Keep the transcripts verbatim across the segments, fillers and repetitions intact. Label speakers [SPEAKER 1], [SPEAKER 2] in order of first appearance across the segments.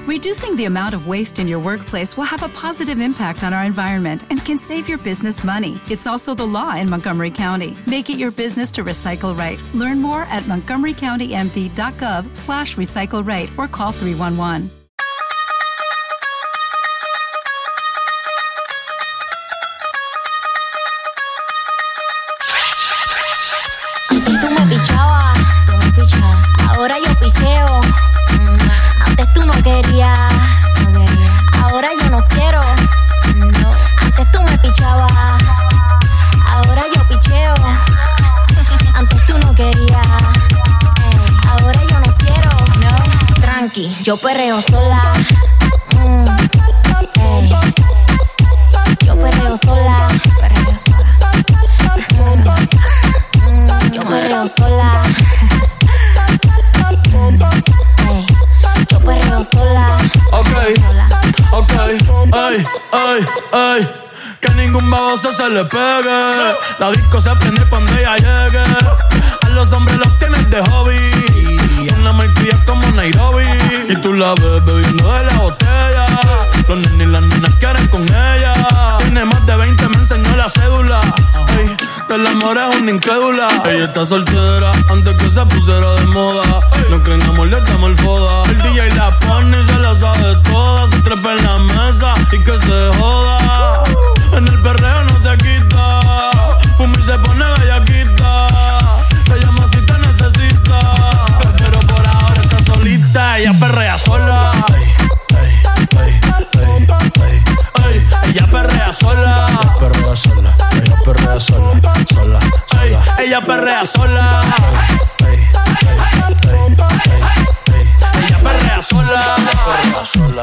[SPEAKER 1] Reducing the amount of waste in your workplace will have a positive impact on our environment and can save your business money. It's also the law in Montgomery County. Make it your business to recycle right. Learn more at montgomery county m d dot gov slash recycle right or call three one one.
[SPEAKER 2] Tú me pichabas, tú me pichabas. Ahora yo picheo. Mm. Antes tú no querías, no quería. Ahora yo no quiero. No. Antes tú me pichabas. Ahora yo picheo. Antes tú no querías. Ahora yo no quiero. No. Tranqui, yo perreo sola. Mm. Hey. Yo perreo sola. Perreo sola. Mm. Yo perreo sola. Hey, yo perreo sola.
[SPEAKER 3] Ok, ok, ay, ay, ay. Que ningún baboso se le pegue. La disco se prende cuando ella llegue. A los hombres los tienes de hobby. Una marquilla como Nairobi. Y tú la ves bebiendo de la botella. Los nenes y las nenas quieren con ella. Tiene más de veinte, me enseñó la cédula. Ey, del amor es una incrédula. Ella está soltera antes que se pusiera de moda. No creen amor, le damos el foda. El D J la pone y se la sabe toda. Se trepa en la mesa y que se joda. En el perreo no se quita. Fuma y se pone bellaquita. Te llama si te necesita. Pero por ahora está solita. Ella perrea sola. Ey, ey, ey, ey, ey. Ella perrea sola. Ella perrea sola. Ella perrea sola. Sola, sola. Ella perrea sola. Ey, ey, ey, ey, ey. Ella perrea sola. Perrea sola.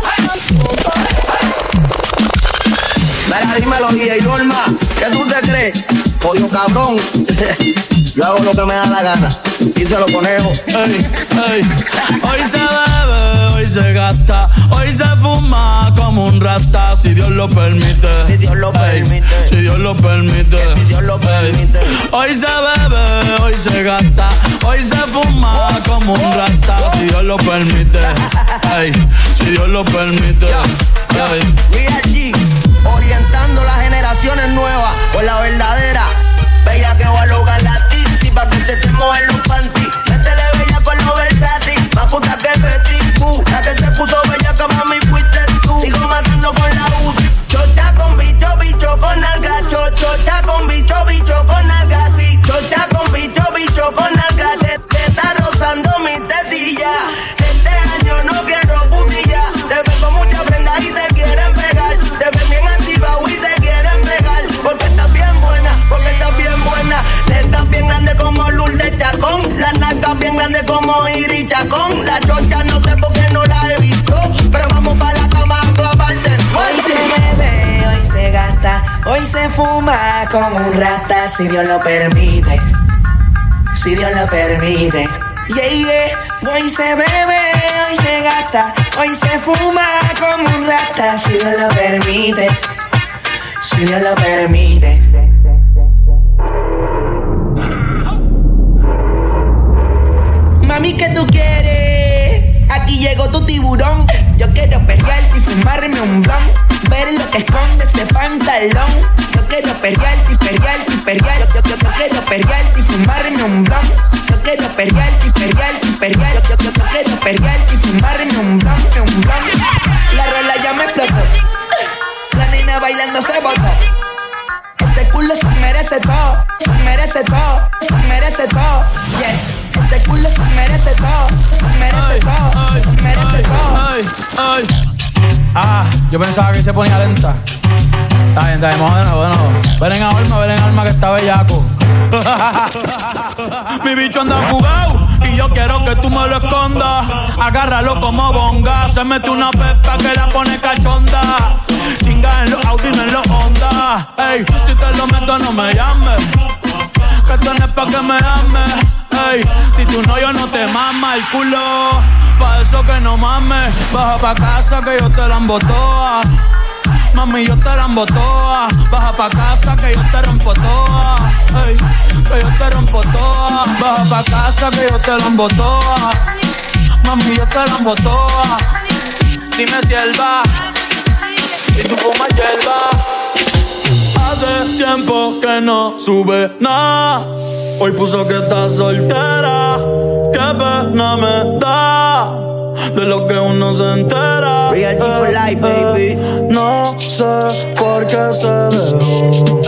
[SPEAKER 4] Mira, dímelo, D J Norma, ¿qué tú te crees? Odio cabrón. Yo hago lo que me da la gana. Y se lo conejo.
[SPEAKER 3] Ey, ey. Hoy se bebe, hoy se gasta, hoy se fuma como un rata. Si Dios lo permite.
[SPEAKER 4] Si Dios lo
[SPEAKER 3] ey,
[SPEAKER 4] permite.
[SPEAKER 3] Si Dios lo permite.
[SPEAKER 4] Que si Dios lo permite.
[SPEAKER 3] Ey. Hoy se bebe, hoy se gasta, hoy se fuma como un rata. Si Dios lo permite. Ey, si Dios lo permite. Ey.
[SPEAKER 4] Real G, orientando las generaciones nuevas por la verdadera. Bella que va a lograr la tizi pa' que se te mojen los panties. Métele bella con los versátil, más puta que Betty Boo. La que se puso bella que mami fuiste tú. Sigo matando con la U. Chota con bicho, bicho con alga. Chota con bicho, bicho con alga. Sí, chota con bicho, bicho con alga. Te, te está rozando mi tetilla. Este año no quiero putilla. Te ven con mucha prenda y te quieren pegar. Te ven bien activa y te quieren pegar. Porque estás bien buena, porque estás bien buena. Estás bien grande como Lourdes Chacón. Las nalgas bien grandes como Iris Chacón. La chocha no sé por qué no la he visto, pero vamos pa' la cama a clavarte.
[SPEAKER 5] Hoy se bebe, hoy se gasta, hoy se fuma como un rata. Si Dios lo permite, si Dios lo permite. Yeah, yeah. Hoy se bebe, hoy se gasta, hoy se fuma como un rata. Si Dios lo permite, si Dios lo permite. Mami, ¿qué tú quieres? Aquí llegó tu tiburón. Yo quiero perrearte y fumarme un blon. Ver lo que esconde ese pantalón. Yo quiero perrearte y perrearte y perrearte. Yo, yo, yo quiero perrearte y fumarme un blon. Yo quiero perrearte y perrearte y perrearte. Yo, yo, yo quiero perrearte y fumarme un blon, un blon. La rola ya me explotó. La nena bailando se botó. Ese culo se merece todo, se merece todo, se merece todo. Yes, ese culo se merece todo, se merece ay, todo, ay, se merece ay, todo.
[SPEAKER 3] Ay, ay. Ah, yo pensaba que se ponía lenta. Está bien, está bien, vamos de nuevo, de nuevo. Ven en alma, ven en alma que está bellaco. Mi bicho anda jugado y yo quiero que tú me lo escondas. Agárralo como bonga. Se mete una pepa que la pone cachonda. Chinga en los Audi, no en los Honda. Ey, si te lo meto no me llames, que esto no es pa' que me ames. Ey, si tú no, yo no te mama el culo. Pa' eso que no mames. Baja pa' casa que yo te la embotoa. Mami, yo te la embotoa. Baja pa' casa que yo te rompo toa. Ey, que yo te rompo toa. Baja pa' casa que yo te la embotoa. Mami, yo te la embotoa. dime si él va. Y tú fumas hierba. Hace tiempo que no sube nada. Hoy puso que está soltera. Qué pena me da de lo que uno se entera.
[SPEAKER 4] Real G for life, baby.
[SPEAKER 3] Eh, no sé por qué se dejó.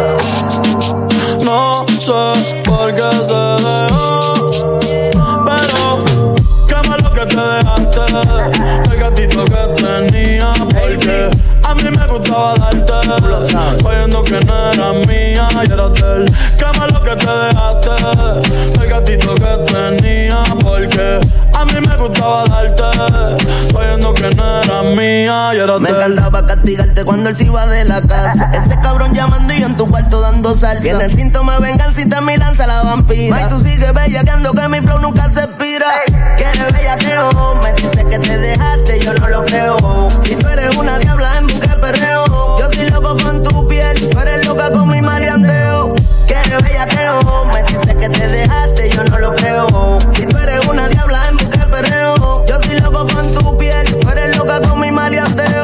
[SPEAKER 3] No sé por qué se dejó. Pero qué malo que te dejaste el gatito que tenía. Porque a mí me gustaba darte, oyendo que no era mía y era de él. Qué malo que te dejaste el gatito que tenía. Porque a mí me gustaba darte, oyendo que no era mía y era de él.
[SPEAKER 4] Me encantaba castigarte cuando él se iba de la casa. Ese cabrón llamando y yo en tu cuarto dando salsa. Tiene síntomas de vengancita, mi lanza la vampira. Y tú sigues bellaqueando que mi flow nunca se expira. Quieres bellaqueo, me dices que te dejaste, yo no lo creo. Si tú eres una diabla en busca de perreo, yo estoy loco con tu piel, tú eres loca con mi maleanteo. Quieres bellaqueo, me dices que te dejaste, yo no lo creo. Si tú eres una diabla en busca de perreo, yo estoy loco con tu piel, tú eres loca con mi maleanteo.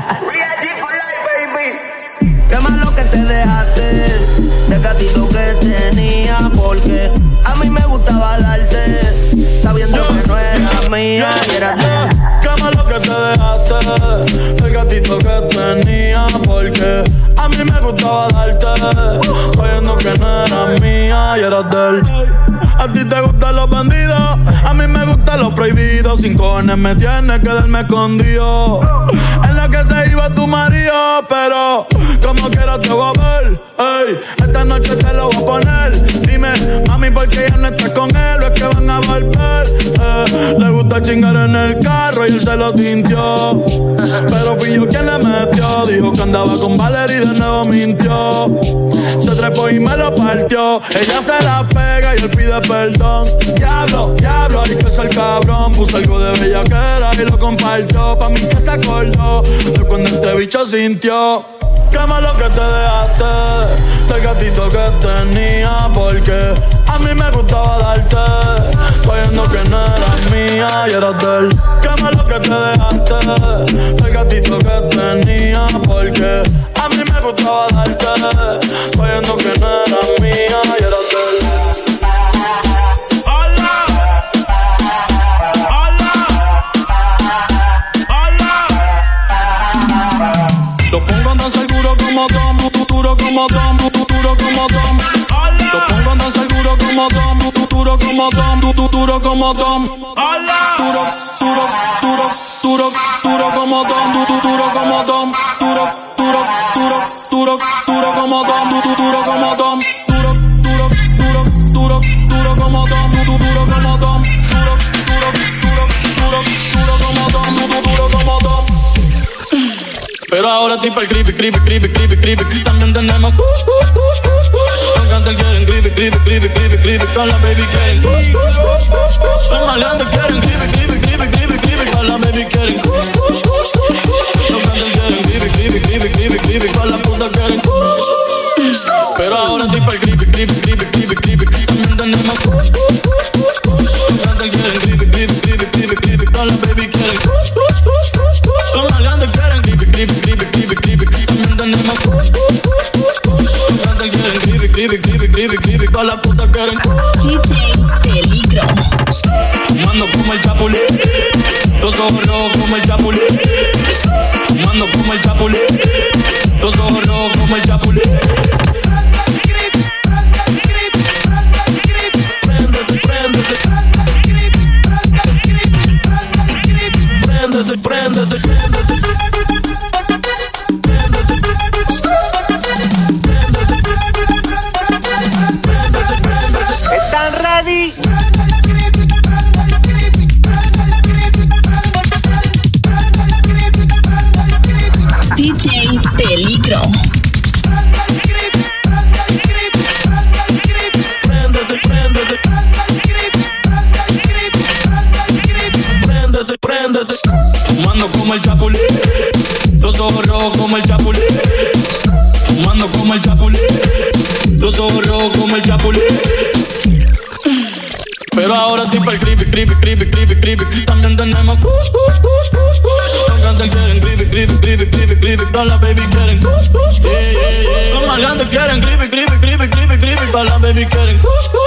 [SPEAKER 4] Qué malo que te dejaste el gatito que tenía. Porque a mí me gustaba darte, sabiendo yeah. que no era mía yeah. y era de
[SPEAKER 3] yeah. Qué malo que te dejaste el gatito que tenía. Porque a mí me gustaba darte, sabiendo que no era mía y era de él. A ti te gustan los bandidos, a mí me gustan los prohibidos. Sin cojones me tienes que darme escondido. En la que se iba tu marido, pero como quiera te voy a ver. Ey, esta noche te lo voy a poner. Dime, mami, ¿por qué ya no estás con él? ¿O es que van a volver? Eh, le gusta chingar en el carro y él se lo tintió. Pero fui yo quien le metió. Dijo que andaba con Valerie y de nuevo mintió. Se trepó y me lo partió. Ella se la pega y él pide perdón. Diablo, diablo, hay que ser cabrón. Puso algo de bellaquera y lo compartió. Pa' mí que se acordó de cuando este bicho sintió. Qué malo que te dejaste del gatito que tenía. Porque a mí me gustaba darte, sabiendo que no eras mía y eras de él. Qué malo que te dejaste del gatito que tenía. Porque a mí me gustaba darte, sabiendo que no eras mía y eras de él. Como Tom, duro como Tom, duro como Tom. Lo pongo a danzar duro como Tom, duro como Tom, duro como Tom. Duro, duro, duro, duro, duro como Tom, duro como Tom. Duro, duro, duro, duro, duro como Tom, duro como Tom. Duro, duro, duro, duro, duro como Tom, duro como Tom. Duro, duro, duro, duro, duro como Tom, duro como Tom. Pero ahora estoy pa'l creepy, creepy, creepy, creepy, creepy. También tenemos kush, kush, kush, kush, kush. Los cantantes quieren creepy, creepy, creepy, creepy, creepy. Todas las baby quieren kush, kush, kush, kush, kush. Los maleantes quieren creepy, creepy, creepy, creepy, creepy. Todas las baby quieren kush, kush, kush, kush, kush. Los cantantes quieren creepy, creepy, creepy, creepy, creepy. Todas las putas quieren kush. Pero ahora estoy pa'l creepy, creepy, creepy, creepy, creepy. También tenemos kush, kush, kush, kush, kush. Los cantantes quieren creepy, creepy, creepy, creepy, creepy. Todas las baby quieren kush, kush, kush, kush, kush. Los maleantes quieren creepy, creepy, creepy, creepy, creepy. También tenemos kush, kush, kush, kush, kush. Los cantantes quieren creepy, creepy, creepy, creepy, creepy. Todas las putas quieren kush.
[SPEAKER 2] D J Peligro.
[SPEAKER 3] Fumando como el chapulín, los ojos rojos como el chapulín. Fumando como el chapulín, los ojos rojos como el chapulín. Préndete, préndete, préndete, préndete, préndete.
[SPEAKER 5] ¿Están ready?
[SPEAKER 2] D J Peligro.
[SPEAKER 3] Préndete, préndete. Préndete, préndete. Fumando como el chapulín, los ojos rojos como el chapulín. Fumando como el chapulín, los ojos rojos como el chapulín. Pero ahora estoy pa'l creepy, creepy, creepy, creepy, creepy. También tenemos kush, kush, kush, kush, kush. todas las baby quieren kush, kush, kush, kush, kush. Los maleantes quieren creepy, creepy, creepy, creepy, creepy, todas las baby quieren kush, kush.